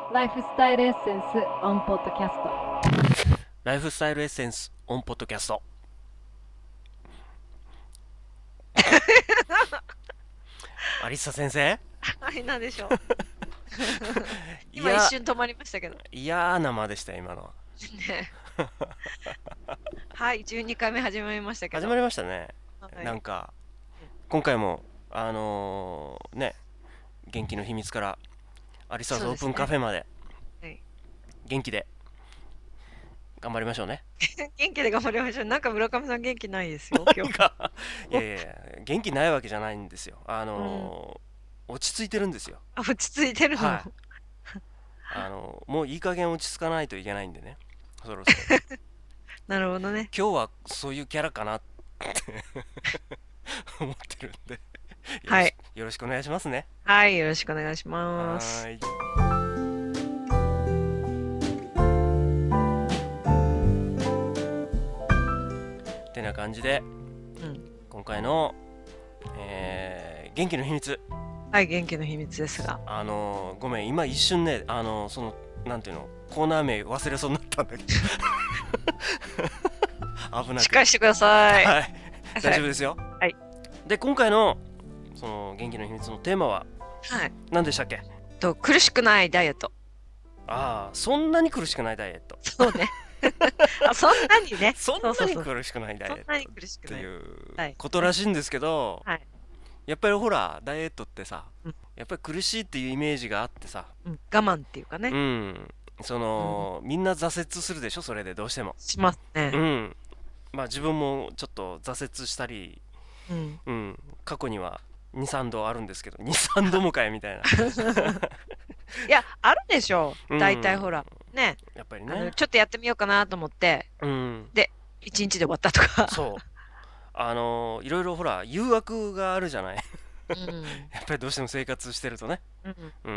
ライフスタイルエッセンスオンポッドキャスト。 ライフスタイルエッセンスオンポッドキャスト。アリッサ先生。 はい、なんでしょう。 いや、 今一瞬止まりましたけど。 嫌な間でしたよ今のは。 ね。はい、12回目始まりましたけど。 始まりましたね。 はい。 なんか今回も元気の秘密からアリッサーズオープンカそうですね。 フェまではい。 元気で頑張りましょうね。 元気で頑張りましょう。なんか村上さん元気ないですよ、今日。 なんかいやいやいや、元気ないわけじゃないんですよ。 うん。 落ち着いてるんですよ。 あ、落ち着いてるの。 はい。もういい加減落ち着かないといけないんでね、そろそろ。 なるほどね。 今日はそういうキャラかなって思ってるんではい。 よろしくお願いしますね。 はい、よろしくお願いします。 はーい。てな感じでうん。 今回の、元気の秘密。 はい、元気の秘密ですが。 ごめん、今一瞬ね、なんていうの、コーナー名忘れそうになったんだけど危なくて。 しっかりしてください。 はい、大丈夫ですよ。 はい。 で、今回のその元気の秘密のテーマははい。 何でしたっけ？ 苦しくないダイエット。 ああ、そんなに苦しくないダイエット。 そうね。あ、そんなにね。 そんなにそうそうそう。 苦しくないダイエットそんなに苦しくないっていうダイエッことトね。 らしいんですけど、 はい。 やっぱりほら、ダイエットってさ、 うん。 やっぱり苦しいっていうイメージがあってさ、 うん。我慢っていうかうね。 ん、 うん。 みんな挫折するでしょ、それでどうしても。 しますね。 うん、まあ自分もちょっと挫折したり、 うん。 うん、過去には2、3度あるんですけど、2、3度もかいみたいな。 いや、あるでしょう。 うん、 大体ほら。ね。 やっぱりね。 ちょっとやってみようかなと思って、 うん、 で、一日で終わったとか。 そう。いろいろほら、誘惑があるじゃない。 うん。 やっぱりどうしても生活してるとね。 うん。 うん、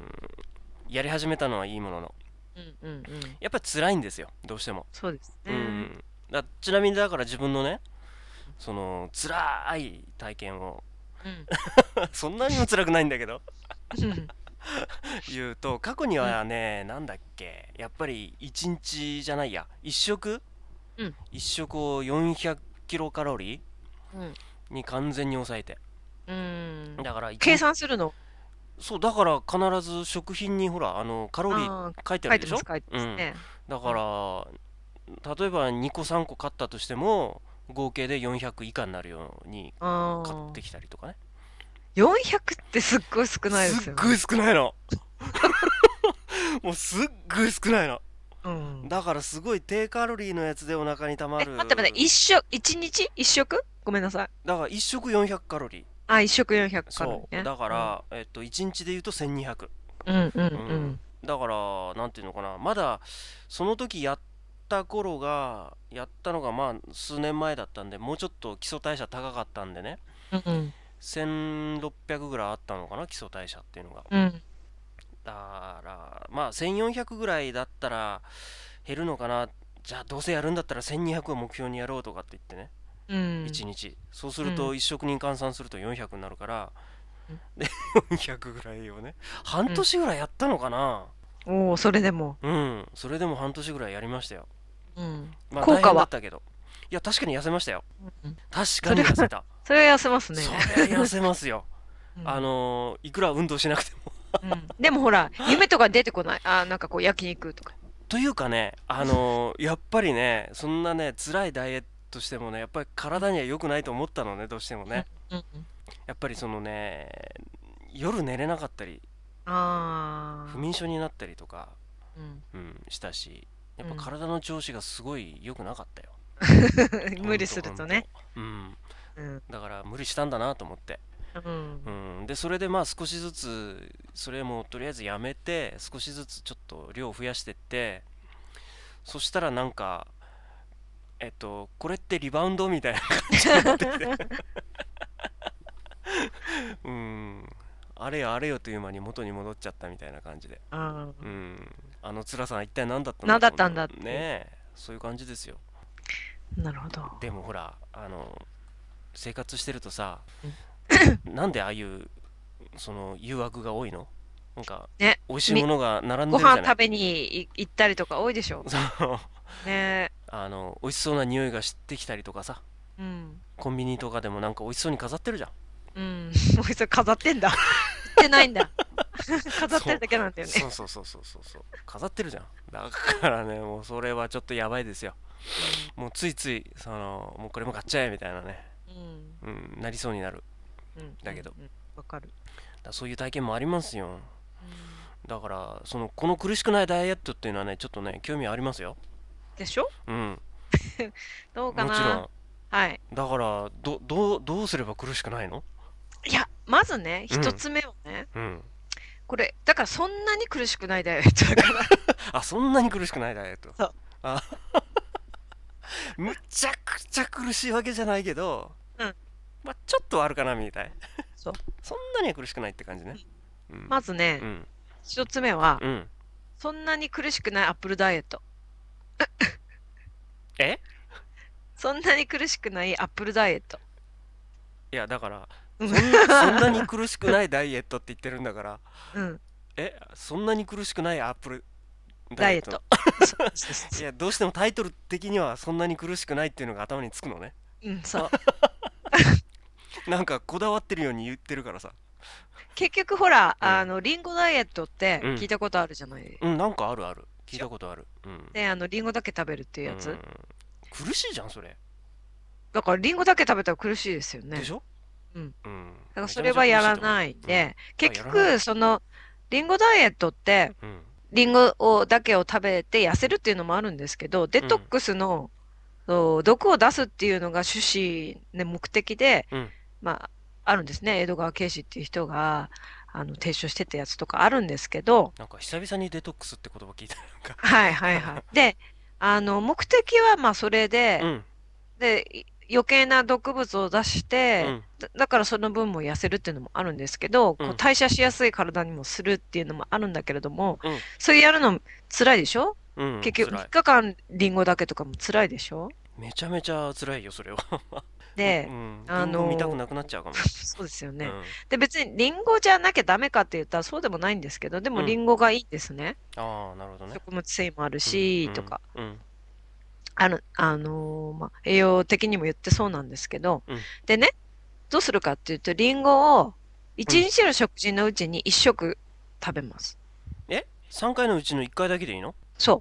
やり始めたのはいいものの、 うん。うん。うん。 やっぱり辛いんですよ、どうしても。 そうですうね。 ん。ちなみにだから自分のね、その辛い体験をうん。 そんなにも辛くないんだけどうん。 言うと、過去にうん。 はね、なんだっけ、やっぱり1日じゃないや、 うん。 一食を400キロカロリうん。 ーに完全に抑えて、 うん。 だから1 計日、 算するの？ そうだから必ず食品にほらカロリーああ書いてー、書いてます、 あるでしょ。 書いてまうん。 すね。 だかうん。 ら例えば2個3個買ったとしても合計で400以下になるように買ってああ。 きたりとかね。 400ってすっごい少ないですっすよね。 ごい少ないの。もうすっごい少ないの。 うん。 だからすごい低カロリーのやつでお腹にたま待って待って、 る。 一日一食ごめんなさい。 だから1食400カロリー。 あ、一食400カロリーね。 そうだかうん。 ら1日で言うと1200。 うんううん。 んうん。 だからなんていうのかな、まだその時やったのがまあ数年前だったんで、もうちょっと基礎代謝高かったんでね、 うん。 1600ぐらいあったのかな、基礎代謝っていうのが。 うん。 だからまあ1400ぐらいだったら減るのかな。じゃあどうせやるんだったら1200を目標にやろうとかって言ってね、 うん。 1日そうすうん。 ると1食に換算すると400になるから、 うん。 で400ぐらいをね、半うん。 年ぐらいやったのかな。 おお、それでも。 うん、それでも半年ぐらいやりましたよ。 うん。 まあ大効果は？ 変だったけど、いや確かに痩せましたよ。 うん。 確かそれは、 に痩せた。 それは痩せますそね。 りゃ痩せますよ。 うん。 いくら運動しなくても。 うん。でもほら、夢とか出てこない。あ、なんかこう焼肉とか。 というかね、やっぱりね、そんなね辛いダイエットしてもね、やっぱりうん。 体には良くないと思ったのね、どうしてもうん。 ね。 うん。うん。 やっぱりそのね、夜寝れなかったり不ああ。 眠症になったりとか、 うん。 うん、したし、やっぱうん。 体の調子がすごい良くなかったよ。ほ無理んとほんと。 するとね。 うん。 うん。 だから無理したんだなと思って。 うん。 うん、でそれでまあ少しずつそれもとりあえずやめて、少しずつちょっと量を増やしてって、そしたらなんかこれってリバウンドみたいな感じになっててうん、あれよあれよという間に元に戻っちゃったみたいな感じで、 ああ。 うん、あの辛さは一体何だったんだろ何だったんだっうね。 ていう。 え、そういう感じですよ。 なるほど。 でもほら生活してるとさ、 うん。 なんでああいうその誘惑が多いの？ なんかね、 美味しいものが並んごでるじゃない。 飯食べに行ったりとか多いでしょ。 そうね。 美味しそうな匂いがしてきたりとかさ、 うん。 コンビニとかでもなんか美味しそうに飾ってるじゃん。 うん。もうそれ飾ってんだ。売ってないんだ。飾ってそうるだけなんだよね。 そう飾ってるじゃん。だからね、もうそれはちょっとやばいですよ。もうついついもうこれも買っちゃえみたいなね、 うん。 なりそうになる。 うんだけど、 わかる。 そういう体験もありますよ。 うん。 だからこの苦しくないダイエットっていうのはね、ちょっとね興味ありますよ。 でしょ？ うん。 どうかな。 もちろん。 はい。 だからどうすれば苦しくないの？ いや、まずね、 うん一つ目はね、 うん。 これ、だからそんなに苦しくないダイエットだから。 あ、そんなに苦しくないダイエット。 そう。 あ、むちゃくちゃ苦しいわけじゃないけど、 うん。 まあちょっとはあるかなみたい。 そう。 そんなには苦しくないって感じね。うんまずね、 うん一つ目は、 うんそんなに苦しくないアップルダイエット。 えそんなに苦しくないアップルダイエット。 いやだからうん。 そんなに苦しくないダイエットって言ってるんだから、 うん。 そんなに苦しくないアップルダイエット。 ダイエット。 いやどうしてもタイトル的にはそんなに苦しくないっていうのが頭につくのね。 うん、そう。 なんかこだわってるように言ってるからさ。 結局ほら、 うんリンゴダイエットってうん聞いたことあるじゃない。 なんかあるある、聞いたことある。うんで、リンゴだけ食べるっていうやつ。 うん苦しいじゃんそれ。 だからリンゴだけ食べたら苦しいですよね。 でしょ？ うん。 うんだからそれはやらないんで、結やらない局、リンゴダイエットって、 うんリンゴだけを食べて痩せるっていうのもあるんですけど、デトックスの、毒を出すっていうのが趣旨、ね、目的で、 うんまあ、あるんですね。江戸川慶史っていう人が、提唱してたやつとかあるんですけど、 なんか久々にデトックスって言葉聞いた。なんかはいはいはい。で、目的はまあそれで、 うん余計な毒物を出しうて、 んだからその分も痩せるっていうのもあるんですけど、 うん代謝しやすい体にもするっていうのもあるんだけれども、 うんそれやるの辛いでしょ？ うん結局3 辛い。 日間リンゴだけとかも辛いでしょ？ めちゃめちゃ辛いよそれは。 で、 リンゴ見たくなくなっちゃうかも。 そうですよね。 うんで、別にリンゴじゃなきゃダメかって言ったらそうでもないんですけど、でもうんリンゴがいいですね。 ああなるほどね。 食物繊維もあるうんし、とか。 うんまあ、栄養的にも言ってそうなんですけど、 うんでね、どうするかっていうと、リンゴを一うん日の食事のうちに一食食べます。 3回のうちの1回だけでいいの？ そう。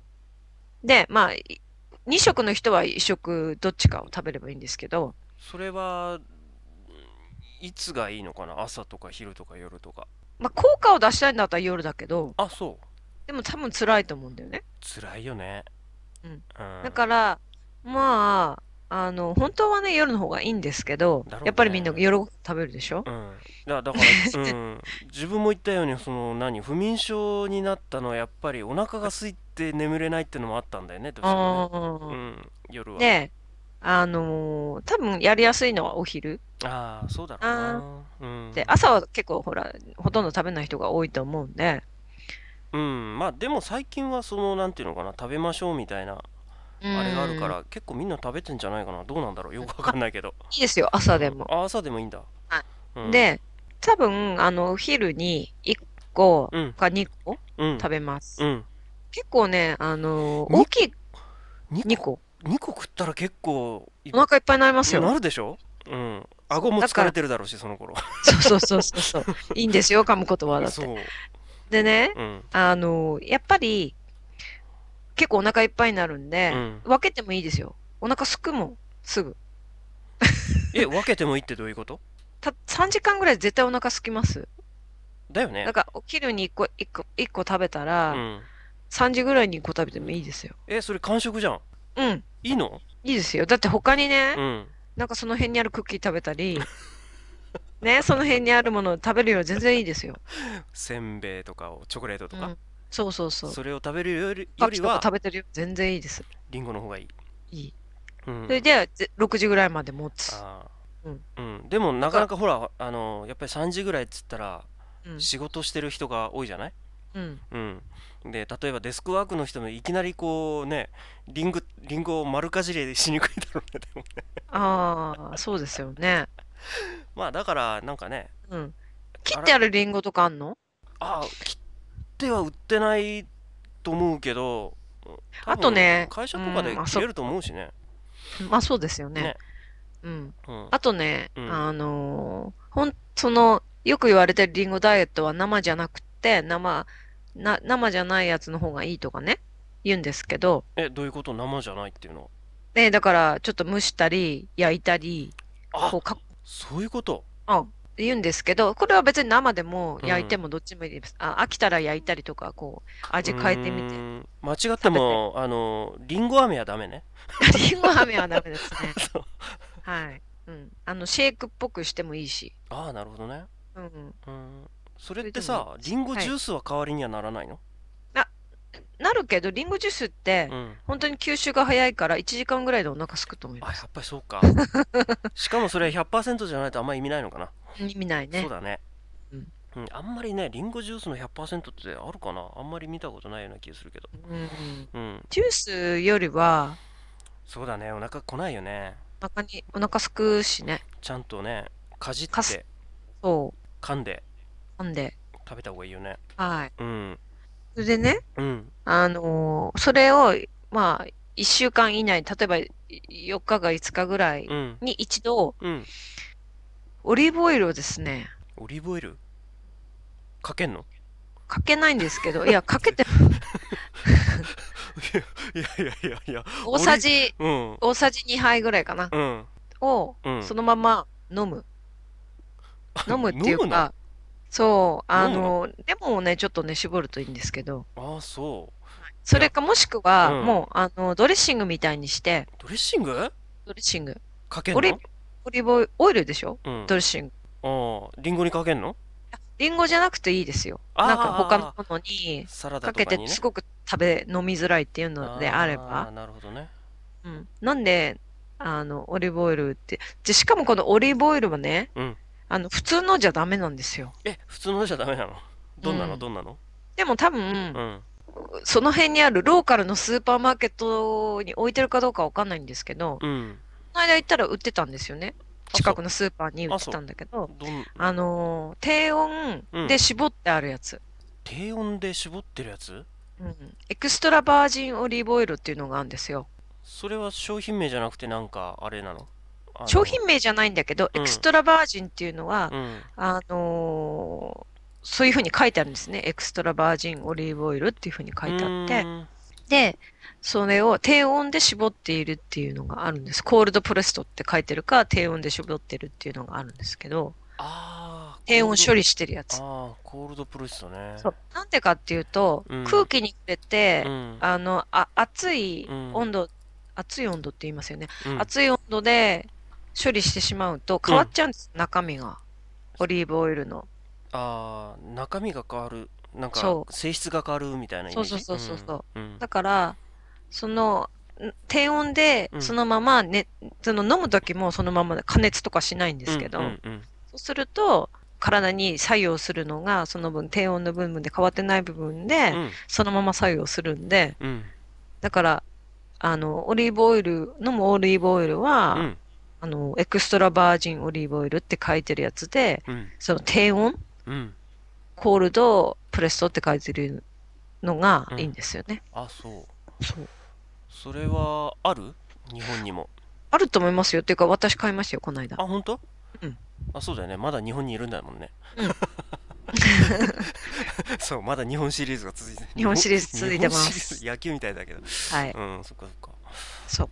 で、まあ、二食の人は一食どっちかを食べればいいんですけど、 それはいつがいいのかな？朝とか昼とか夜とか。 まあ、効果を出したいんだったら夜だけど、 あ、そうでも多分辛いと思うんだよね。 辛いよね。 うん。 うんだから、まあ、本当はね、夜の方がいいんですけど、 だろうねやっぱりみんな夜ご飯食べるでしょ？ だから自分も言ったように不眠症になったのはやっぱりお腹が空いて眠れないってのもあったんだよね、どうしてもね。夜は。 で、多分やりやすいのはお昼。 ああ、そうだろうな。 で、朝は結構ほら、ほとんど食べない人が多いと思うんで、 まあでも最近はなんていうのかな、食べましょうみたいなあれがあるから結構みんな食べてんじゃないかな。どうなんだろう、よくわかんないけど。 いいですよ、朝でも。 朝でもいいんだ。 はいうんで、多分、お昼に1個うんか2個うん食べます。 うん結構ね、大きい2 2個個。 2個食ったら結構お腹いっぱいになりますなよ。 るでしょ？顎も疲れてるだろうしその頃。 そう。いいんですよ、噛む言葉だっそうて。でね、やっぱり、結構お腹いっぱいになるんで、分けてもいいですよ。お腹すくもん、すぐ。 分けてもいいってどういうこと？ 3時間ぐらい絶対お腹すきます。 だよね。 だから、お昼に1個食べたうら、 ん 3時ぐらいに1個食べてもいいですよ。 それ完食じゃん。 うん、 いいの？ いいですよ。だって他にね、 うんなんかその辺にあるクッキー食べたり、ね、その辺にあるものを食べるより全然いいですよ。 せんべいとかをチョコレートとか、 うん。そう。 それを食べるよパキとかりは食べてるより全然いいです。 リンゴの方がいい。 いい。 うんそれで、6時ぐらいまで持つ。 あうんでもなかなかほらやっぱり3時ぐらいっつったらうん。 仕事してる人が多いじゃない？ うん。 で例えばデスクワークの人もいきなりこうねリンゴを丸かじりしにくいだろうね。でもねああ、そうですよね。 まあだからなんかねうん。切ってあるリンゴとかあんの？ 切っっては売ってないと思うけど、多あと分ね、 会社とかでまあ、 切れると思うしね。 まあそうですよね。 ね。 うん。 うん。 あとね、 うん。 よく言われてるリンゴダイエットは生じゃなくて、生じゃないやつの方がいいとかね、言うんですけど、 どういうこと？生じゃないっていうので、だからちょっと蒸したり、焼いたり、 は？あ、 こうか、 そういうこと。 あ、言うんですけど、これは別に生でもうん。 焼いてもどっちもいいです。飽きたら焼いたりとか、こう、 うー味変えてみてん。間違って食べて。 も、リンゴ飴はダメね。 リンゴ飴はダメですね。 そう。 はい。うん。シェイクっぽくしてもいいし。 ああ、なるほどね。 うん。 うん。それっそれでもいいてさ、 です。 リンゴはい。 ジュースは代わりにはならないの？ あ、なるけど、リンゴジュースって、 うん。 本当に吸収が早いから1時間ぐらいでお腹空くと思いあ、 ます。 やっぱりそうか。しかもそれ100%じゃないとあんま意味ないのかな。 意味ないね。 そうだね。 うん。 うん、あんまりね、リンゴジュースの100%ってあるかな？あんまり見たことないような気がするけど。 うん。 うん。 ジュースよりは、 そうだね、お腹来ないよね。 お腹すくしね。 ちゃんとね、かじっかす、 て、 そ噛んでう。なんで、 食べた方がいいよね。 はい。 うん。 それでね、 うん。 それを、まあ、1週間以内、例えば4日か5日ぐらいうん。 に一度、 うん。 オリーブオイルをですね、 オリーブオイルかけんの？ かけないんですけど、いや、かけて、 いやいやいやいや、 大さじ、 うん。 大さじ2杯ぐらいかな。 うん。 を、 うん。 そのまま飲む。飲むって飲むの？ いうか、そう、 飲むの？ レモンをね、ちょっとね、絞るといいんですけど、 ああ、そう。いや、 それかもしくは、 うん。 もう、ドレッシングみたいにして、 ドレッシングドレッシング。 かけんの？ オリ、オリーブオイルでしょ？ うん。 ドレッシング。 ああ、リンゴにかけんの？ リンゴじゃなくていいですよ。 あなんか他のあ、 ものにサラダかけとかにね。 てすごく飲みづらいっていうのであれば、 ああ、なるほどね。 うん。なんで、オリーブオイルって、しかもこのオリーブオイルはね、 うん。 普通のじゃダメなんですよ。 普通のじゃダメなの？どんなの？ うん。 どんなの？ でも多分、 うん。 その辺にあるローカルのスーパーマーケットに置いてるかどうかわかんないんですけど、 うん。 この間行ったら売ってたんですよね。 あ、そ近くのスーパーに売う。あ、 ってそたんだけど、 う。 低温うん。 で絞ってあるやつ。 低温で絞ってるやつ？ うん。エクストラバージンオリーブオイルっていうのがあるんですよ。 それは商品名じゃなくてなんかあれなの？あ商の、 品名じゃないんだけど、エクスうん。 トラバージンっていうのは、 うん。 そういうふうに書いてあるんですね。エクストラバージンオリーブオイルっていうふうに書ういてあって、 ーん。 で、それを低温で絞っているっていうのがあるんです。コールドプレストって書いてるか、低温で絞ってるっていうのがあるんですけど、 ああ、 低温処理してるやつ。 コールドプレストね。 そう。なんでかっていうと、 うん。 空気に触れて、 うん。 熱いうん。 温度、熱い温度って言いますよね。 うん。 熱い温度で処理してしまうと変わっうん。 ちゃうんです、中身が。オリーブオイルの。 ああ、中身が変わる。なんか、 そう。 性質が変わるみたいなイメージ？ そうそうそううん。 そうそう。 うん。 だから、低温でうん。 そのままね、飲む時もそのまま加熱とかしないんでうん。 すけど、 うん。うん。 そうすると、体に作用するのが、その分、低温の部分で変わってない部分で、 うん。 そのまま作用するんで、 うん。 だから、飲むオリーブオイルは、 うん。 エクストラバージンオリーブオイルって書いてるやつで、 うん。 その低温、 うん。 コールド、プレストって書いてるのがいいうん。 んですよね。 あ、そう。 そう。 それはある？日本にも。 あると思いますよ。っていうか、私買いましたよ、この間。 あ、本当？ うん。 あ、そうだよね。まだ日本にいるんだもんね。 うん。 そう、まだ日本シリーズが続いて、 日本シリーズ続いて日本シリーズ、 ます。 野球みたいだけど。 はい。 うん、そっかそっか。 そう。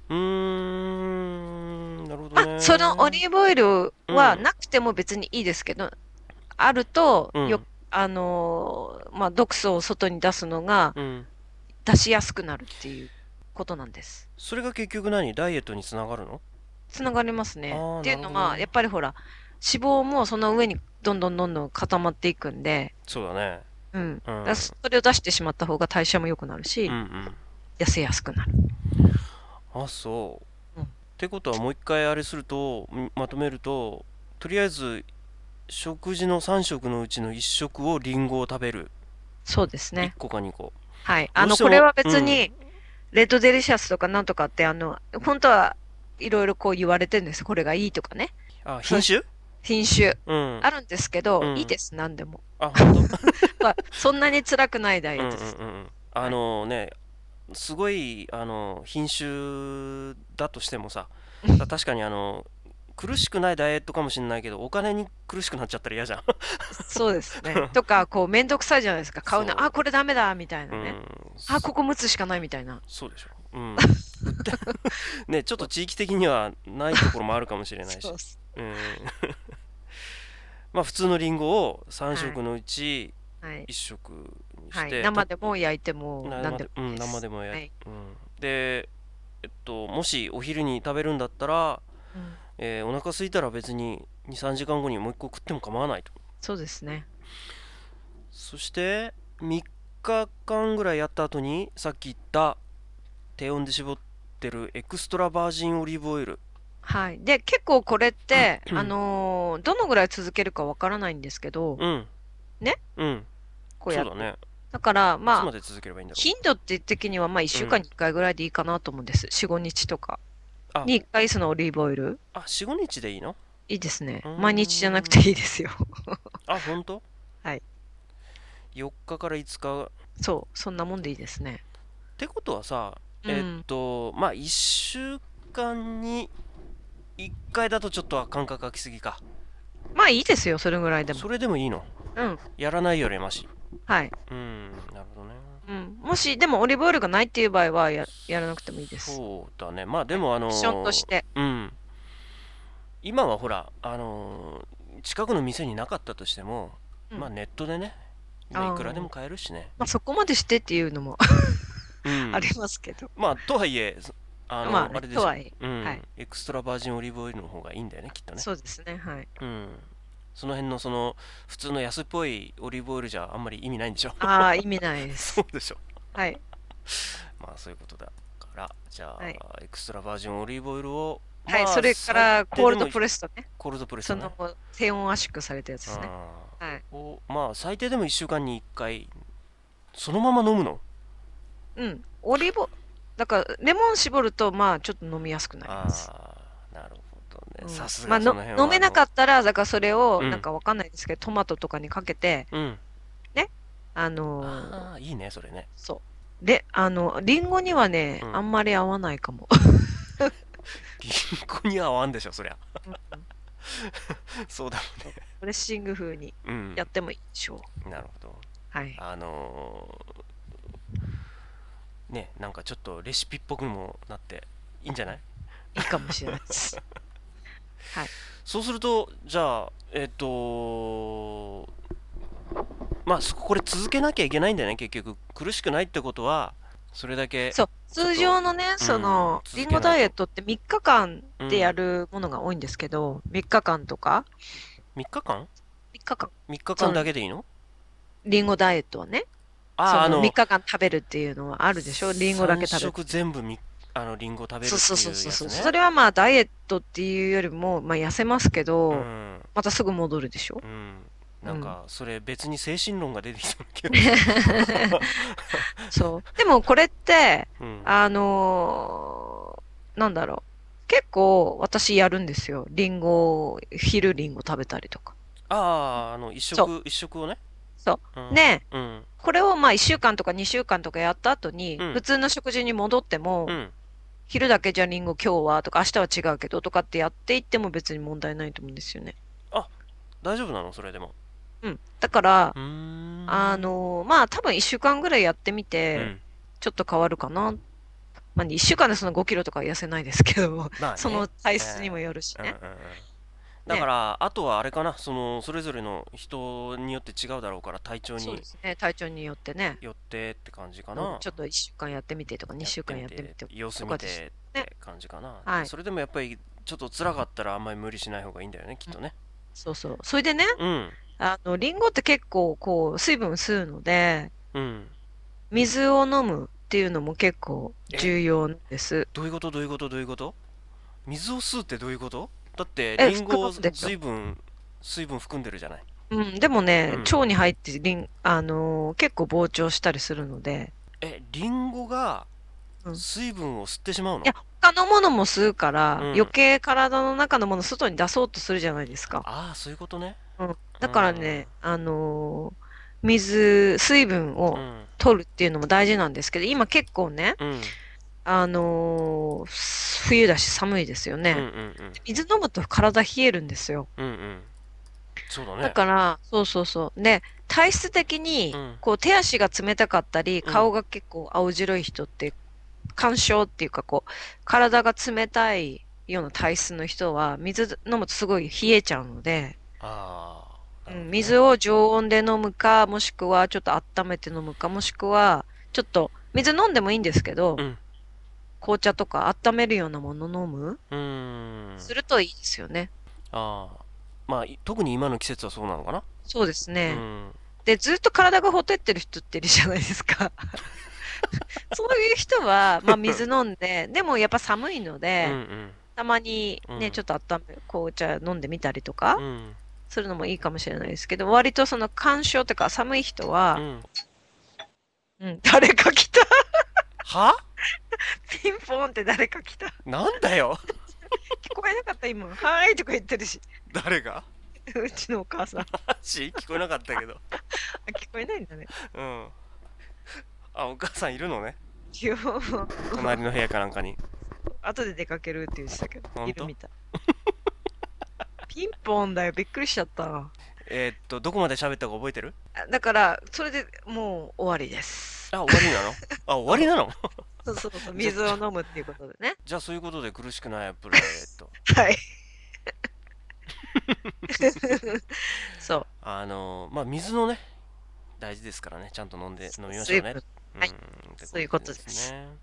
なるほどまあ、そのオね。 リーブオイルはうん、 なくても別にいいですけど、あると、 うん、 まあ、毒素を外に出すのがうん。 出しやすくなるっていうことなんです。 それが結局何？ダイエットにつながるの？ つながりますね。 ああー、 っていうのは、 なるほどね。 やっぱりほら、脂肪もその上にどんどんどんどん固まっていくんで、 そうだね。 うん。 うん、 それを出してしまった方が代謝も良くなるうん、うし、 ん。 痩せやすくなる。 あ、そう。 うん。 ってことはもう一回あれすると、まとめると、とりあえず食事の3食のうちの1食をリンゴを食べる。 そうです 1 ね。 個か2個。 はい。これどうしても、 は別に、レッドデリシャスとかなんとかって、本当はいろいろこう言われてるんです。これがいいとかね。そうし、 品種？ 品種うんあるんですけうど、いいん。 です、何でも。 あ、本当？ まあ、そんなに辛くないダイうんうんエットです。 うんうん。 はい。 すごい品種だとしてもさ、確かに苦しくないダイエットかもしれないけど、お金に苦しくなっちゃったら嫌じゃん。 そうですね。とか、こう、めんどくさいじゃないですか。買うの。あ、 そこれダメだ、みたいなね。 う、うん、 あ、ここ持つしかないみたいな。 そうでしょ。うん。ね、ちょっと地域的にはないところもあるかもしれないし。 そうっす。 うん。まあ普通のリンゴを3 はい。 食のうちはい。 1食にしはい。 て、 生でも焼いても何でもいいで生す。 でもはい。 うん。で、もしお昼に食べるんだったら、 うん。 お腹空いたら別に2、3時間後にもう一個食っても構わないと。 そうですね。 そして3日間ぐらいやった後にさっき言った低温で絞ってるエクストラバージンオリーブオイル。 はい。で、結構これって、 うん、 どのぐらい続けるかわからないんですけど、 うん、 ね、 うん、 こうやって。 そうだね。 だから、 いつまあ、 まで続ければいいんだろ頻度って的には、まあ、1 う。うん。 週間に1回ぐらいでいいかなと思うんです。4、5日とかあ、 に1回そのオリーブオイル。 4、5日でいいの？ いいですね。 うー毎日じゃなくてん。 いいですよ。 あ、ほんと？ はい。 4 日から5日。っそう、そんなもんでいいですね。 てことはさ、 うん。 まあ1週間に1回だとちょっと感覚空きすぎか。 まあいいですよ、それぐらいでも。 それでもいいの？ うん。 やらないよりマシ。 はい。 なるほどね。 うん。もし、でもオリーブオイルがないっていう場合はやらなくてもいいです。 そうだね。まあではい。 もオプションとして。 今はほら、近くの店になかったとしても、 うん。 まあネットでね、今いくらでああ。 も買えるしね。 まあそこまでしてっていうのもうありん。 ますけど。 まあとはいえ、 まあね、 あれでしょ。 とはいえ。はい。 エクストラバージンオリーブオイルの方がいいんだよね、きっとね。 そうですね。はい。 うん。その辺の普通の安っぽいオリーブオイルじゃあんまり意味ないんでしょ？ ああ、意味ないでそうす。 でしょ。 はい。 まあそういうことだから、じゃはい。 あ、エクストラバージンオリーブオイルを、 はい。 まあそれか最ら、コールド低でもプレストね。 コールドプレスその、 トね。 低温圧縮されたやつですね。はい。 まあ最低でも1週間に1回、そのまま飲むの？ うん。オリーブ、だから、レモン絞ると、まあ、ちょっと飲みやすくなります。 ああ、なるほどね。 うん。 さすまあ、 がその辺飲めなはかったら、だからそれを、なんうん、 かわかんないですけど、トマトとかにかけて、 うん。 ね。あのーああ、いいね、それね。 そう。で、リンゴにはね、 うん。 あんまり合わないかも。 リンゴには合わんでしょ、そりゃ。 うんうん。 そうだそうドレッシング風にもんね。 やってもいいでしょう。 うん。なるほど。 はい。 あのね、なんかちょっとレシピっぽくもなっていいんじゃない？ いいかもしれないです。はい。 そうすると、じゃあ、まあ、これ続けなきゃいけないんだよね、結局。苦しくないってことは、それだけ、 そう。通ちょっと、 常のね、リンゴ続けないと。 ダイエットって3日間でやうん。 るものが多いんですけど、3日間とか、 3日間？ 3日間。 3 日間その、 だけでいいの？ リンゴダイエットはね、 ああ、 3日間食べるっていうのはあるでしょ？リンゴだけ 3 食べる。 食全部リンゴ食べそうそうるってそうそうそう。 いうやつね。 それはまあダイエットっていうよりも、まあ痩せますけうど、 ん。 またすぐ戻るでしょ？ うん。 うん。 なんか、それ別に精神論が出てきた気がする。 そう。でもこれって、 うん。 なんだろう。結構私やるんですよ。昼リンゴ食べたりとか。 ああ、 そう。 一食をね。 そうん。 う。ねえ、 うん。 これをまあ1週間とか2週間とかやった後に、普うん。 通の食事に戻っても、 うん。 昼だけじゃリンゴ今日はとか明日は違うけどとかってやっていっても別に問題ないと思うんですよね。 あ、大丈夫なのそれでも？ うん。だから、 うーん。 まあ多分1週間ぐらいやってみて、 うん。 ちょっと変わるかな。まあ1週間でその5キロとか痩せないですけど、 まあそね。 の体質にもよるしね。 うんうんうん。だかね。 ら、あとはあれかな、それぞれの人によって違うだろうから、体調にそうですね。体調によってね。 よってって感じかうん、 な。 ちょっと1週間やってみてとかやっ 2週間てみて、 やってみて様子とかでし見てっね。 て感じかな。で、 はい。 それでもやっぱり、ちょっと辛かったらあんまり無理しない方がいいんだよね、きっうん。 とね。 そうそう。それでね、 うん。 リンゴって結構こう、水分吸うので、 うん。 水を飲むっていうのも結構え、 重要なんです。 どういうこと？水を吸うってどういうこと？だって、リン含ゴむでしょ？ 水分含んでるじゃない。 うん。でもね、 うん。 腸に入って結構膨張したりするので、 リンゴがうん。 水分を吸ってしまういや、 の？ 他のものも吸うからうん余計体の中のものを外に出そうとするじゃないですか。 ああ、そういうことね。 だからね、水分をうん取るっていうのも大事なんですけど、今結構ね、 うん冬だし寒いですようんうんね。水飲むと体冷えるんですよ。 うんうんそうだだね。 から、そうそうそう。で、体質的に、 うんこう手足が冷たかったり、 うん顔が結構青白い人って、干渉っていうかこう、体が冷たいような体質の人は、水飲むとすごい冷えちゃうので、 ああ、なるほどね。 水を常温で飲むか、もしくはちょっと温めて飲むか、もしくは、ちょっと、水飲んでもいいんですけど、 うん紅茶とか温めるようなもの飲むうーん。 するといいですよね。 ああ、まあ、特に今の季節はそうなのかな。 そうですね。 うんで、ずっと体がほてってる人っているじゃないですか。そういう人は、まあ水飲んで、でもやっぱ寒いのうんで、たまにね、 うんちょっと温め、紅茶飲んでみたりとかうんするのもいいかもしれないですけど、割とその干渉というか寒い人は、 うん誰か来た。 はピンポーンって誰か来た。 なんだよ。 聞こえなかった今。はーいとか言ってるし。 誰がうちのお母さん。あ、 マジ聞こえなかったけど。 聞こえないんだね。 うんあ、お母さんいるのね。 いや隣の部屋かなんかに。 後で出かけるって言ってたけど、 ほんといるみたい。ピンポーンだよ。びっくりしちゃった。 どこまで喋ったか覚えてる？ だから、それでもう終わりです。 あ、終わりなの？あ、終わりなの？ そうそうそう、水を飲むっていうことでね。 じゃあそういうことで苦しくないプライはい。そう。 まあ水のね大事ですからね、ちゃんと飲みましょうね。 水分。はいってそういうことですね。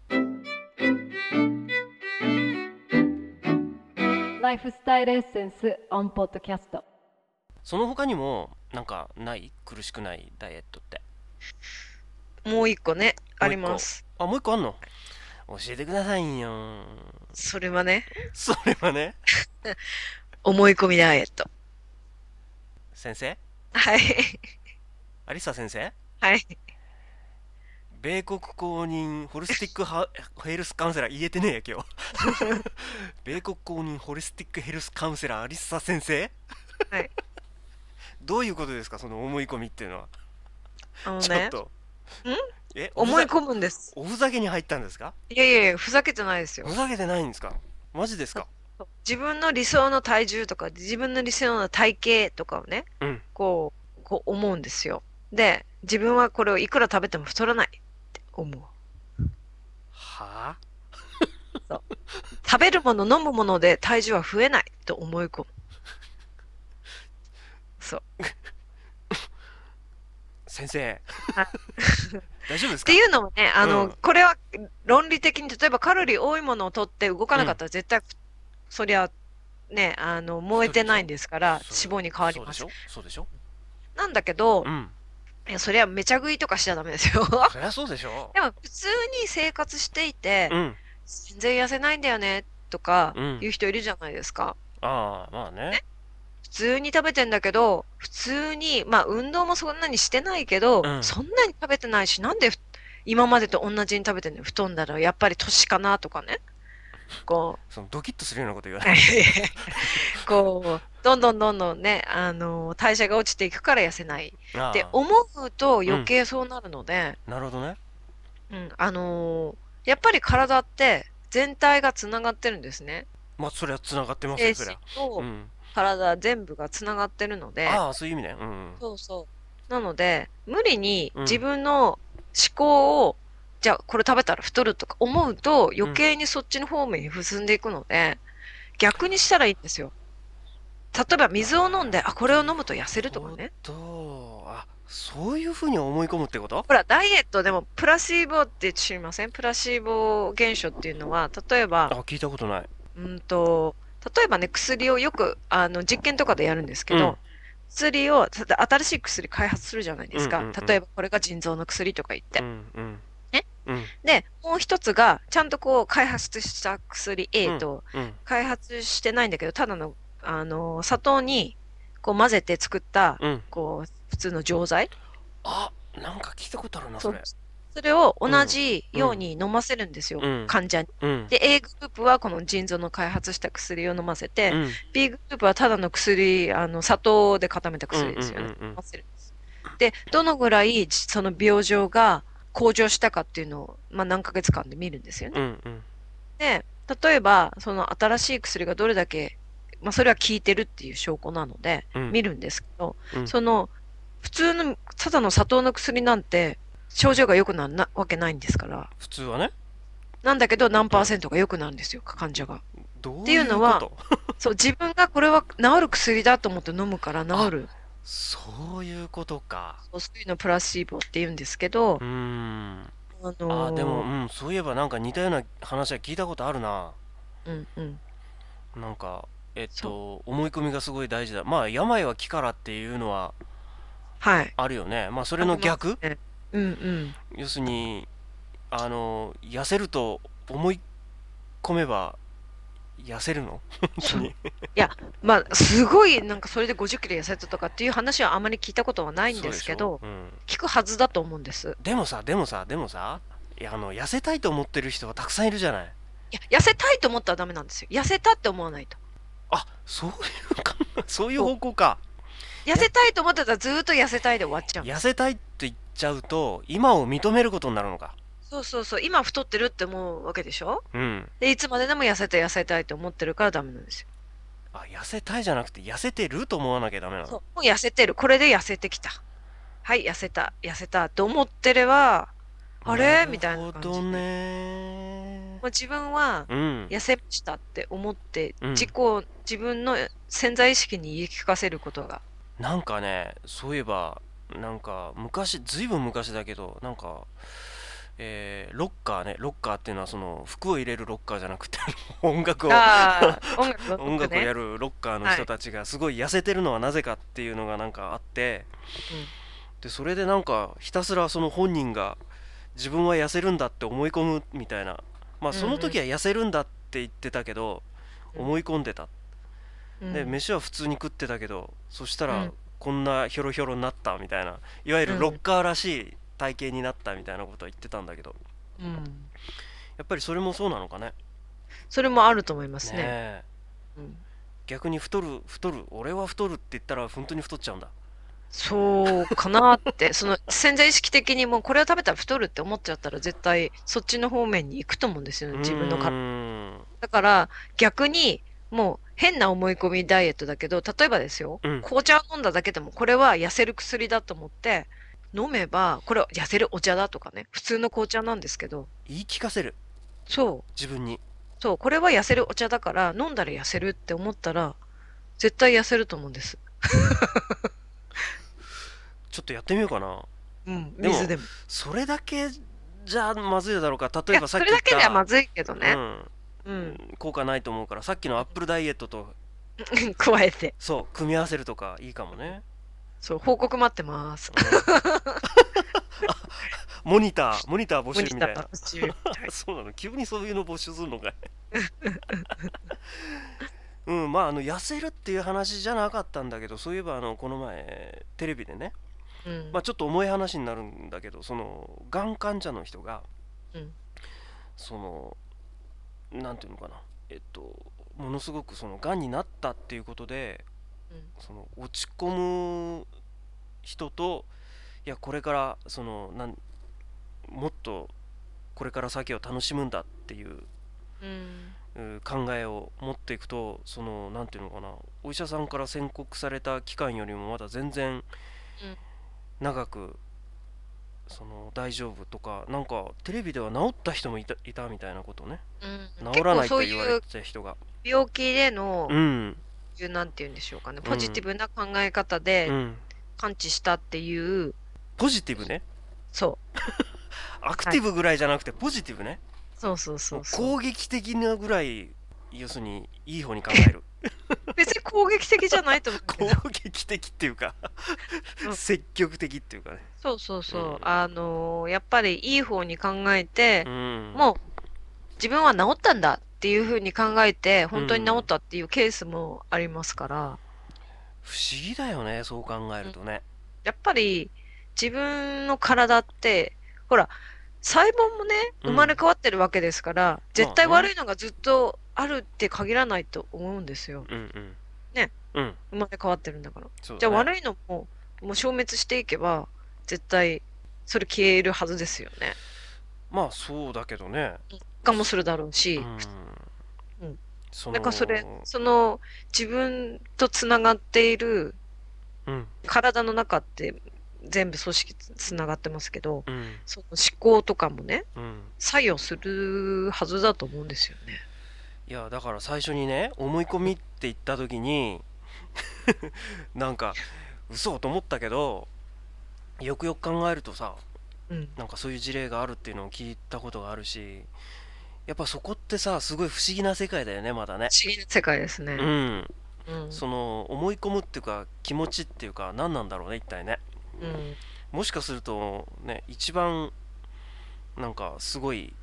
ライフスタイルエッセンスオンポッドキャスト。 その他にもなんかない苦しくないダイエットって。 もう一個ね、あもう一個ります。 あ、もう一個あんの？教えてくださいよ。 それはね、 それはね、 思い込みダイエット。 先生はい。 アリサ先生、 はい。 米国公認ホリスティックヘルスカウンセラー言えてねえや今日。米国公認ホリスティックヘルスカウンセラーアリサ先生、 はい。 どういうことですかその思い込みっていうのは。 あのね、 ちょっと思い込むんです。 おふざけに入ったんですか？ いやいやいや、ふざけてないですよ。 ふざけてないんですか？マジですか？ 自分の理想の体重とか、自分の理想の体型とかをね、 うんこう思うんですよ。で、自分はこれをいくら食べても太らないって思う。 はあ。 食べるもの、飲むもので体重は増えないと思い込む。そう。 先生はい大丈夫ですか？ っていうのもね、 うんこれは論理的に、例えばカロリー多いものを取って動かなかったら絶対、そりゃ、ね、燃えてないんですから、脂肪に変わります。 そうでしょなんだけど、 うんいや、そりゃめちゃ食いとかしちゃダメですよ。 そりゃそうでしょでも普通に生活していて、 うん全然痩せないんだよね、とかうん言う人いるじゃないですか。 ああまあね普通に食べてんだけど、普通に、まあ運動もそんなにしてないけど、 うんそんなに食べてないし、なんで今までと同じに食べてんのに太んだらやっぱり年かなとかね。こそのドキッとするようなこと言わう、 ない。 こう、どんどんどんどんね、代謝が落ちていくから痩せないあって思うと余計そうなるので、 なるほどね。 やっぱり体って全体がつながってるんですね。 まあそりゃ繋がってますよそり精神ゃ。 とうん体全部がつながってるので、 ああそういう意味ね。うんそうそう。なので、無理にうん自分の思考を、じゃあこれ食べたら太るとか思うと余計にそっちの方面に進んでいくので、逆にしたらいいんですよ。例えば水を飲んで、あ、これを飲むと痩せるとかね。 そういうふうに思い込むってこと？ ほら、ダイエットでもプラシーボって知りません？プラシーボ現象っていうのは、例えば、 聞いたことない。 例えばね、薬をよく、実験とかでやるんですけど、薬を、新しい薬開発するじゃないですか。 うんうんうん例えば、これが腎臓の薬とか言って。 うんねうんで、もう一つが、ちゃんとこう、開発した薬 A と、 うん開発してないんだけど、ただの、砂糖に、こう混ぜて作った、 うん。 こう、普通の錠剤。 あなんか聞いたことあるなそうそれ。 そそれを同じように飲ませるんですよ、 うん患者に。 うんで、A グループはこの腎臓の開発した薬を飲ませて、 うん B グループはただの薬、砂糖で固めた薬ですよね。 うんうんうんうん飲ませるんです。で、どのぐらいその病状が向上したかっていうのを、まあ、何ヶ月間で見るんですよね。 うんうんで、例えば、その新しい薬がどれだけ、まあ、それは効いてるっていう証拠なので、 うん見るんですけど、 うんその、普通の、ただの砂糖の薬なんて、症状が良くなるわけないんですから。 普通はね。 なんだけど、何パーセントが良くなるんですよ、患者が。っどうていういうこのは、 と？ そう、自分がこれは治る薬だと思って飲むから治る。 そういうことか。 そういうのプラシーボって言うんですけど、 でも、そういえばなんか似たような話は聞いたことあるな。 うんうん。 なんか、 そ思い込みがすごい大事だ。まあ、病は気からっていうのははい。 あるよね。まあ、それの逆、 ありますね。うんうん。 要するに、痩せると思い込めば痩せるの本当そう。 に。 いや、まあ、すごい、なんかそれで50キロ痩せたとかっていう話はあまり聞いたことはないんそうでしですけど、 ょうん。 聞くはずだと思うんです。 でもさ、いや、痩せたいと思ってる人はたくさんいるじゃない。 いや、痩せたいと思ったらダメなんですよ。痩せたって思わないと。 あ、そういうか、そういうそう方向か。 痩せたいと思ってたらずーっと痩せたいで終わっちゃうんです。 痩せたいって言っちゃうと、今を認めることになるのか。 そうそうそう。今太ってるって思うわけでしょ。 うん。 で、いつまででも痩せたいと思ってるからダメなんですよ。 あ、痩せたいじゃなくて、痩せてると思わなきゃダメなの。 そう。もう痩せてる。これで痩せてきた。はい、痩せたと思ってれば、あなるれみたいなほど感じで。 ね。 もう自分はうん。 痩せましたって思って、 うん。 自分の潜在意識に言い聞かせることが。 なんかね、そういえば、ずいぶん昔だけど、ロッカーね、ロッカーっていうのはその服を入れるロッカーじゃなくて音楽をああ、音楽の音楽をや曲ね。 るロッカーのはい。 人たちがすごい痩せてるのはなぜかっていうのがなんかあって、 うん。 でそれでなんかひたすらその本人が自分は痩せるんだって思い込むみたいな、まあうんうんその時は痩せるんだって言ってたけどうん思い込んでた。でうん飯は普通に食ってたけど、そしたらうんこんなヒョロヒョロになったみたいな、いわゆるロッうんカーらしい体型になったみたいなことは言ってたんだけど、 うん。 やっぱりそれもそうなのかね。 それもあると思いますねね。 え。 うん。 逆に太る、俺は太るって言ったら本当に太っちゃうんだ。 そうかなって、その潜在意識的にもうこれを食べたら太るって思っちゃったら絶対そっちの方面に行くと思うんですよね、 うー自分の体。 ん。 だから逆にもう変な思い込みダイエットだけど、例えばですよ、 うん。 紅茶を飲んだだけでもこれは痩せる薬だと思って飲めば、これは痩せるお茶だとかね、普通の紅茶なんですけど、 言い聞かせる。 そう、 自分に。 そう、これは痩せるお茶だから飲んだら痩せるって思ったら絶対痩せると思うんです。 ちょっとやってみようかな。 うん、 でも、 水でも。 それだけじゃまずいだろうか。 いや、 例えばさっそれだき言った、 けではまずいけどね。 うん、 うん。 効果ないと思うから、さっきのアップルダイエットと、 加えて。 そう、組み合わせるとかいいかもね。 そう、報告待ってます。 うん。モニター募モニター集みたいな。 募集みたい。 そうなの、急にそういうの募集するのかい。うん、まあ、痩せるっていう話じゃなかったんだけど、そういえば、この前、テレビでね、まあ、 うん。 ちょっと重い話になるんだけど、その、がん患者の人が、 うん。 その、なんていうのかな、ものすごくその、がんになったっていうことで、 うん。 その、落ち込む人と、いや、これから、もっと、これから先を楽しむんだっていううん。 考えを持っていくと、その、なんていうのかな、お医者さんから宣告された期間よりもまだ全然長く、その、大丈夫とか、なんか、テレビでは治った人もいたみたいなことね。 うん。 治ら結構ないと言われそういうてた人が。 病気での、 うん、 なんて言うんでしょうかね、ポジティうん、 ブな考え方でうん。 完治したっていう、 ポジティブね。 そう。 アクはい。 ティブぐらいじゃなくてポジティブね。 そうそうもうそうそう。 攻撃的なぐらい、要するに、いい方に考える。 別に攻撃的じゃないと思うけ攻ど。 撃的っていうかうん。 積極的っていうかね。 そうそううん。 そう。やっぱりいい方に考えて、 うん。 もう自分は治ったんだっていうふうに考えて、本当に治っうん。 たっていうケースもありますから、 不思議だよね、そう考えうん。 るとね。 やっぱり自分の体って、ほら、 細胞もね、 うん生まれ変わってるわけですから、絶対まあね悪いのがずっとあるって限らないと思うんですよ。 うんうんね。 うん生まれ変わってるんだから。 そうだねじゃあ悪いのも、もう消滅していけば、絶対、それ消えるはずですよね。 まあそうだけどね化もするだろうし、 うんそなんかそれ、 の自分とつながっているうん体の中って全部組織つながってますけど、 うんその思考とかもね、 うん作用するはずだと思うんですよね。 いやだから最初にね思い込みって言った時になんか嘘と思ったけどよくよく考えるとさうん。 なんかそういう事例があるっていうのを聞いたことがあるしやっぱそこってさすごい不思議な世界だよねまだね不思議な世界ですね。 うんうん。 その思い込むっていうか気持ちっていうか何なんだろうね一体ねうん。 もしかするとね一番なんかすごい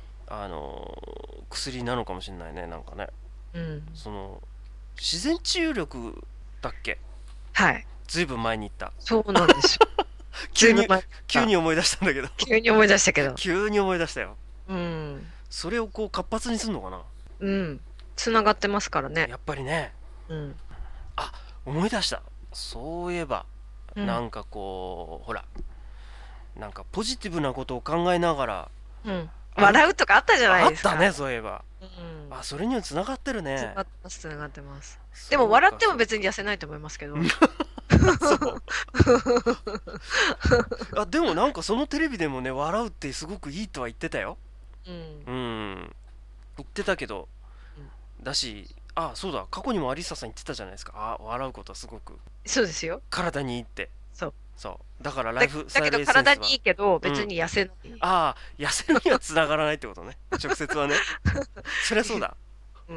薬なのかもしれないねなんかねうん。 その自然治癒力だっけはい。 ずいぶん前に言ったそうなんですよ。 急にずいぶん前急に思い出したんだけど急に思い出したけど。 急に思い出したようん。 それをこう活発にするのかなうん。つながってますからね。 やっぱりねうん。 思い出したそういえば、 うんなんかこうほらなんかポジティブなことを考えながらうん。笑うとかあったじゃないですか。 あったねそういえばうん。 それにはつながってるつねながってます、つながってます。 そうかでも笑っても別に痩せないと思いますけど。 そうでもなんかそのテレビでもね笑うってすごくいいとは言ってたようん。 言ってたけど、 うんだしそうだ過去にもアリサさん言ってたじゃないですか笑うことはすごくそうですよ。 体にいいってそう。 そうだからラだイフスタイだけどルエッセンスは体にいいけど、別に痩せない。 痩せるにはつながらないってことね直接はねそりゃそうだうん。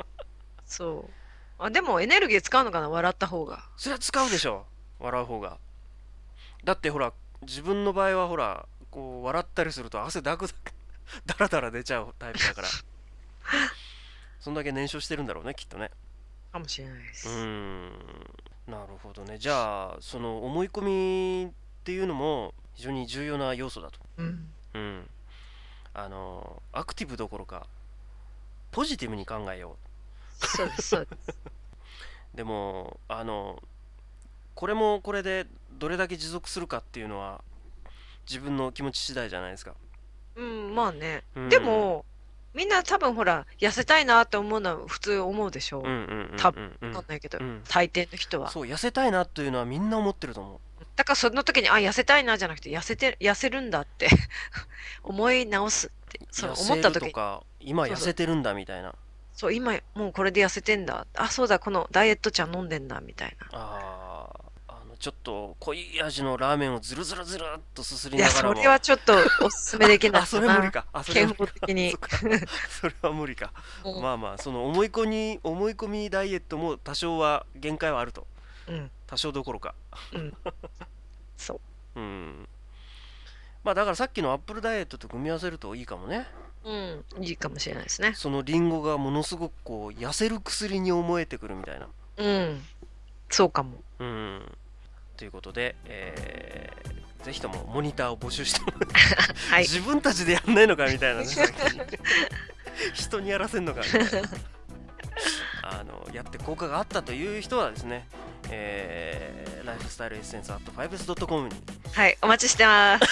そう。でもエネルギー使うのかな、笑った方が。 そりゃ使うでしょ笑う方がだってほら自分の場合はほらこう笑ったりすると汗だくだらだら出ちゃうタイプだからそんだけ燃焼してるんだろうねきっとねかもしれないです。 なるほどねじゃあその思い込みっていうのも非常に重要な要素だとうん。 アクティブどころかポジティブに考えよそうです、そうです。 うでもこれもこれでどれだけ持続するかっていうのは自分の気持ち次第じゃないですかうん、まあね。 うんでも、みんな多分ほら、痩せたいなって思うのは普通思うでしょ。多分、わかんないけど、大抵の人は。 そう痩せたいなというのはみんな思ってると思うだからその時に、痩せたいなじゃなくて、痩せるんだって思い直すって、そう痩せる思った時に、 とか今痩せてるんだみたいなそう、今もうこれで痩せてんだ。そうだ、このダイエット茶飲んでんだ、みたいな。 ちょっと濃い味のラーメンをずるずるずるっとすすりいや、 ながらもそれはちょっとおすすめできないそれ無理かそれ健無理か康的にそっ。かそれは無理かうんまあまあその思い込みダイエットも多少は限界はあるとうん、 多少どころかうん。そう。 まあだからさっきのアップルダイエットと組み合わせるといいかもねうん、いいかもしれないですね。 そのリンゴがものすごくこう痩せる薬に思えてくるみたいなうん、そうかも。 ということで、ぜひともモニターを募集してもはい。 自分たちでやんないのかみたいなねさっき人にやらせんのかみたいなやって効果があったという人はですね、ライフスタイルエッセンス @5s.com にはい、お待ちしてます。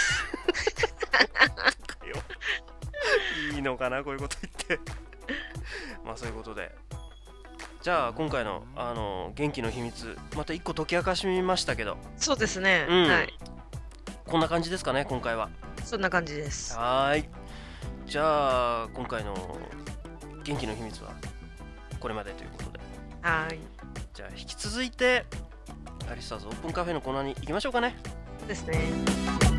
いいのかなこういうこと言ってまあそういうことでじゃあ今回の元気の秘密また一個解き明かしましたけどそうですね。 うんはい。 こんな感じですかね今回はそんな感じです。 はーいじゃあ今回の元気の秘密はこれまでということではい。 じゃあ引き続いてアリスターズオープンカフェのコーナーに行きましょうかねそうですね。